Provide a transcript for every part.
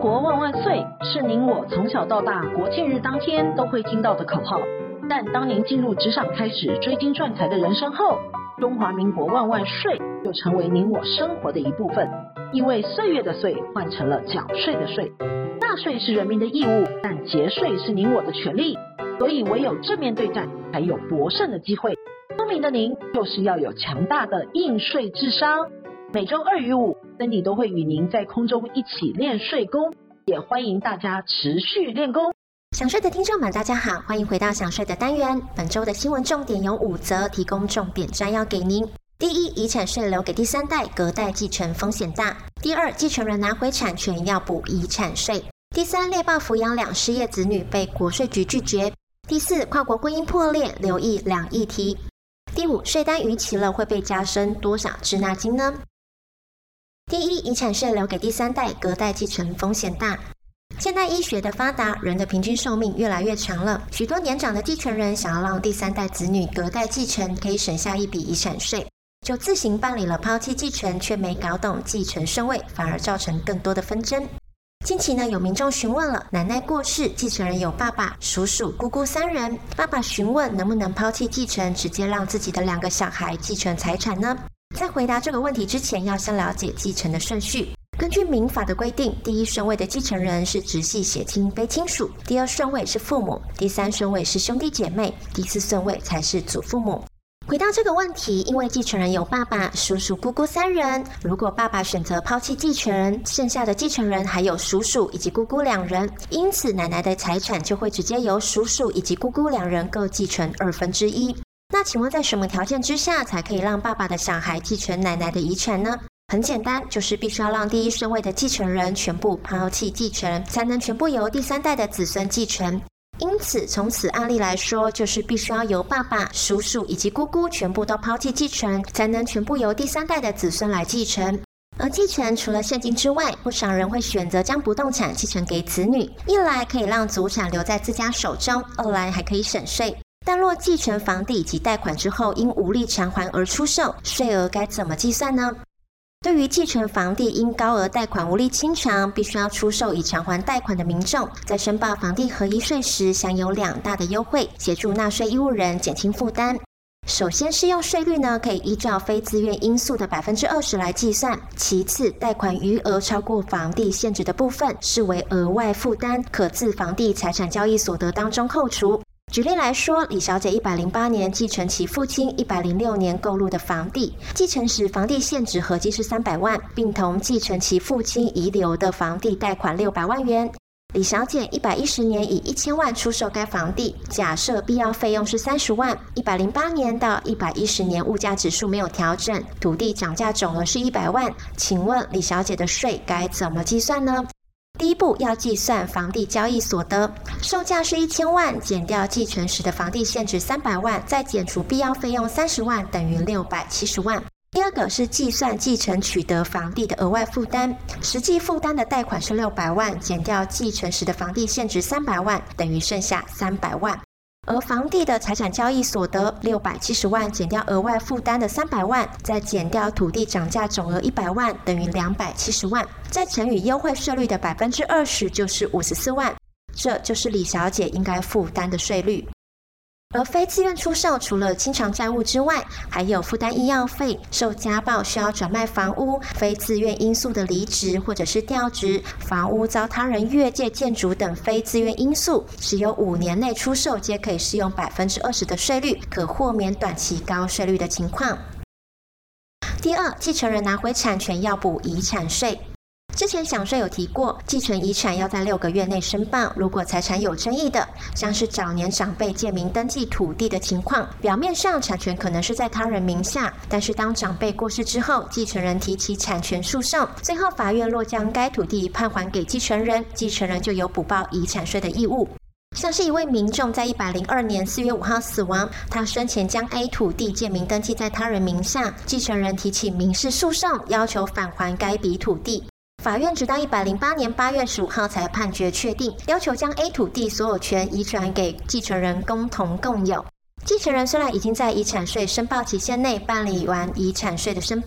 国万万岁是您我从小到大国庆日当天都会听到的口号，但当您进入职场开始追金赚财的人生后，中华民国万万岁就成为您我生活的一部分。因为岁月的岁换成了缴税的税，纳税是人民的义务，但节税是您我的权利，所以唯有正面对战，才有博胜的机会。聪明的您就是要有强大的应税智商。每周2与5 Cindy 都会与您在空中一起练税功，也欢迎大家持续练功。 想税的听众们大家好，欢迎回到想税的单元。本周的新闻重点有5则，提供重点摘要给您。第一，遗产税留给第三代，隔代继承风险大。第二，继承人拿回产权要补遗产税。第三，猎豹抚养2失业子女被国税局拒绝。第四，跨国婚姻破裂，留意2议题。第五，税单逾期了会被加征多少滞纳金呢？第一，遗产税留给第三代，隔代继承风险大。现代医学的发达，人的平均寿命越来越长了，许多年长的继承人想要让第三代子女隔代继承，可以省下一笔遗产税，就自行办理了抛弃继承，却没搞懂继承顺位，反而造成更多的纷争。近期呢，有民众询问了，奶奶过世，继承人有爸爸、叔叔、姑姑3人，爸爸询问能不能抛弃继承，直接让自己的2个小孩继承财产呢？在回答这个问题之前，要先了解继承的顺序。根据民法的规定，第1顺位的继承人是直系血亲非亲属，第2顺位是父母，第3顺位是兄弟姐妹，第4顺位才是祖父母。回到这个问题，因为继承人有爸爸、叔叔、姑姑3人，如果爸爸选择抛弃继承人，剩下的继承人还有叔叔以及姑姑2人，因此奶奶的财产就会直接由叔叔以及姑姑2人各继承1/2。那请问在什么条件之下才可以让爸爸的小孩继承奶奶的遗产呢？很简单，就是必须要让第1顺位的继承人全部抛弃继承，才能全部由第3代的子孙继承。因此从此案例来说，就是必须要由爸爸、叔叔以及姑姑全部都抛弃继承，才能全部由第3代的子孙来继承。而继承除了现金之外，不少人会选择将不动产继承给子女，一来可以让祖产留在自家手中，二来还可以省税。但若继承房地以及贷款之后因无力偿还而出售，税额该怎么计算呢？对于继承房地因高额贷款无力清偿，必须要出售以偿还贷款的民众，在申报房地合一税时享有2大的优惠，协助纳税义务人减轻负担。首先，适用税率呢，可以依照非自愿因素的20%来计算。其次，贷款余额超过房地现值的部分，视为额外负担，可自房地财产交易所得当中扣除。举例来说，李小姐108年继承其父亲106年购入的房地，继承时房地现值合计是300万，并同继承其父亲遗留的房地贷款600万元。李小姐110年以1000万出售该房地，假设必要费用是30万，108年到110年物价指数没有调整，土地涨价总额是100万，请问李小姐的税该怎么计算呢？第一步要计算房地交易所得，售价是1000万，减掉继承时的房地现值300万，再减除必要费用30万，等于670万。第二个是计算继承取得房地的额外负担，实际负担的贷款是600万，减掉继承时的房地现值300万，等于剩下300万。而房地的财产交易所得670万，减掉额外负担的300万，再减掉土地涨价总额100万，等于270万，再乘以优惠税率的20%，就是54万。这就是李小姐应该负担的税率。而非自愿出售，除了清偿债务之外，还有负担医药费、受家暴需要转卖房屋、非自愿因素的离职或者是调职、房屋遭他人越界建筑等非自愿因素，只有5年内出售皆可以适用20%的税率，可豁免短期高税率的情况。第二，继承人拿回产权要补遗产税。之前想税有提过，继承遗产要在6个月内申报，如果财产有争议的，像是早年长辈借名登记土地的情况，表面上产权可能是在他人名下，但是当长辈过世之后，继承人提起产权诉讼，最后法院若将该土地判还给继承人，继承人就有补报遗产税的义务。像是一位民众在102年4月5号死亡，他生前将 A 土地借名登记在他人名下，继承人提起民事诉讼，要求返还该笔土地。法院直到108年8月15号才判决确定，要求将 A 土地所有权移转给继承人共同共有。继承人虽然已经在遗产税申报期限内办理完遗产税的申报，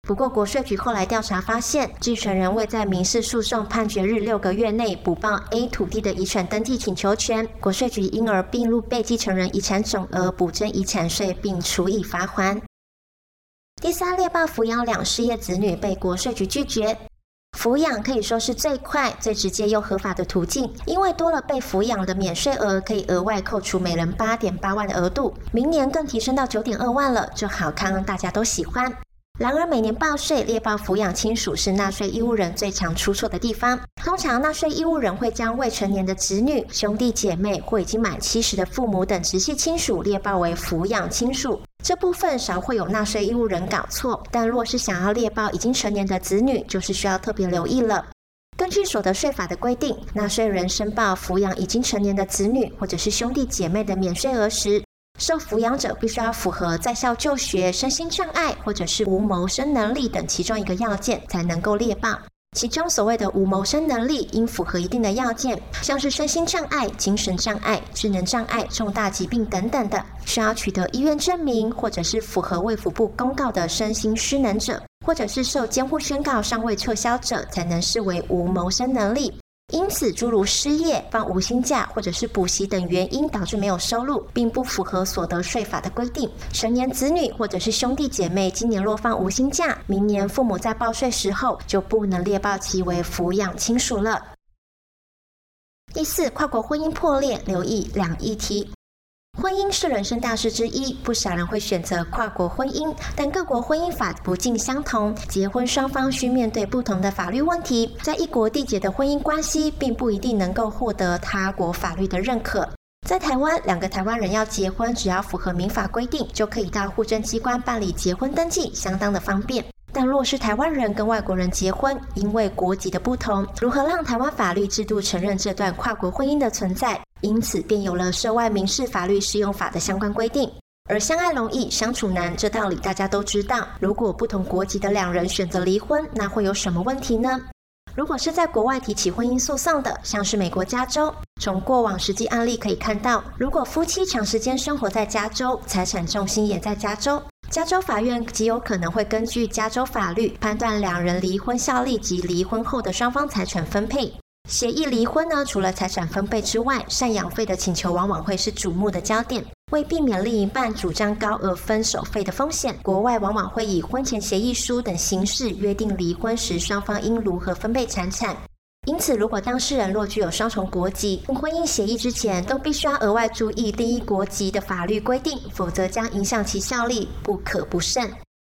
不过国税局后来调查发现，继承人未在民事诉讼判决日6个月内补报 A 土地的遗产登记请求权，国税局因而并入被继承人遗产总额补征遗产税并处以罚锾。第三，猎豹抚养2失业子女被国税局拒绝。抚养可以说是最快、最直接又合法的途径，因为多了被抚养的免税额，可以额外扣除每人8.8万的额度，明年更提升到9.2万了，这好康大家都喜欢。然而每年报税，猎豹抚养亲属是纳税义务人最常出错的地方。通常纳税义务人会将未成年的子女、兄弟姐妹或已经满70的父母等直系亲属列报为抚养亲属，这部分少会有纳税义务人搞错，但若是想要列报已经成年的子女，就是需要特别留意了。根据所得税法的规定，纳税人申报抚养已经成年的子女或者是兄弟姐妹的免税额时，受抚养者必须要符合在校就学、身心障碍或者是无谋生能力等其中一个要件才能够列报。其中所谓的无谋生能力应符合一定的要件，像是身心障碍、精神障碍、智能障碍、重大疾病等等的，需要取得医院证明，或者是符合卫福部公告的身心失能者，或者是受监护宣告尚未撤销者，才能视为无谋生能力。因此诸如失业、放无薪假或者是补习等原因导致没有收入，并不符合所得税法的规定，成年子女或者是兄弟姐妹今年若放无薪假，明年父母在报税时候就不能列报其为抚养亲属了。第四，跨国婚姻破裂，留意2议题。婚姻是人生大事之一，不少人会选择跨国婚姻，但各国婚姻法不尽相同，结婚双方需面对不同的法律问题，在一国缔结的婚姻关系并不一定能够获得他国法律的认可。在台湾，2个台湾人要结婚，只要符合民法规定，就可以到户政机关办理结婚登记，相当的方便。但若是台湾人跟外国人结婚，因为国籍的不同，如何让台湾法律制度承认这段跨国婚姻的存在？因此便有了涉外民事法律适用法的相关规定。而相爱容易相处难，这道理大家都知道。如果不同国籍的2人选择离婚，那会有什么问题呢？如果是在国外提起婚姻诉讼的，像是美国加州，从过往实际案例可以看到，如果夫妻长时间生活在加州，财产重心也在加州，加州法院极有可能会根据加州法律判断2人离婚效力及离婚后的双方财产分配。协议离婚呢，除了财产分配之外，赡养费的请求往往会是瞩目的焦点。为避免另一半主张高额分手费的风险，国外往往会以婚前协议书等形式约定离婚时双方应如何分配财产。因此，如果当事人若具有双重国籍，婚姻协议之前都必须要额外注意另一国籍的法律规定，否则将影响其效力，不可不慎。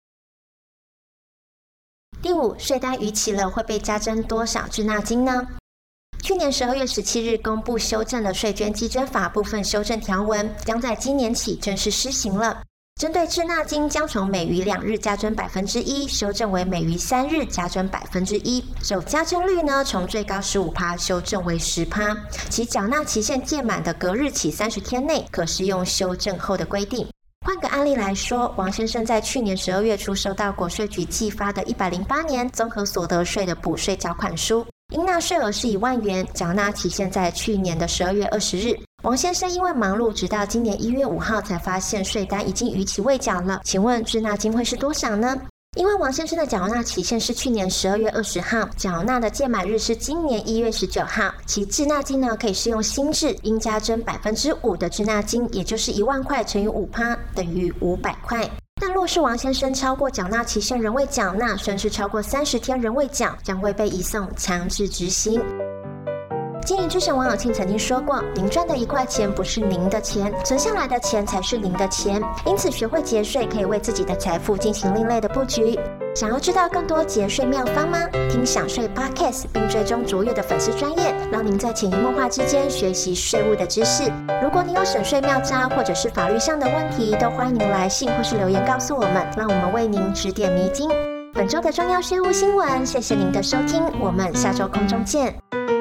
第5，税单逾期了会被加征多少滞纳金呢？去年12月17日公布修正了税捐稽征法部分修正条文，将在今年起正式施行了。针对滞纳金将从每逾2日加征1%，修正为每逾3日加征1%。首加征率呢，从最高15%修正为10%，其缴纳期限届满的隔日起30天内可适用修正后的规定。换个案例来说，王先生在去年12月初收到国税局寄发的108年综合所得税的补税缴款书，应纳税额是1万元，缴纳期限在去年的12月20日。王先生因为忙碌，直到今年1月5号才发现税单已经逾期未缴了。请问滞纳金会是多少呢？因为王先生的缴纳期限是去年12月20号，缴纳的届满日是今年1月19号，其滞纳金呢可以适用新制，应加征5%的滞纳金，也就是1万块乘以5%等于500块。但若是王先生超过缴纳期限仍未缴纳，甚至超过30天仍未缴，将会被移送强制执行。经营之神王永庆曾经说过，您赚的1块钱不是您的钱，存下来的钱才是您的钱。因此学会节税可以为自己的财富进行另类的布局。想要知道更多节税妙方吗？听享税 Podcast 并追踪卓越的粉丝专页，让您在潜移默化之间学习税务的知识。如果你有省税妙招或者是法律上的问题，都欢迎您来信或是留言告诉我们，让我们为您指点迷津。本周的重要税务新闻，谢谢您的收听，我们下周空中见。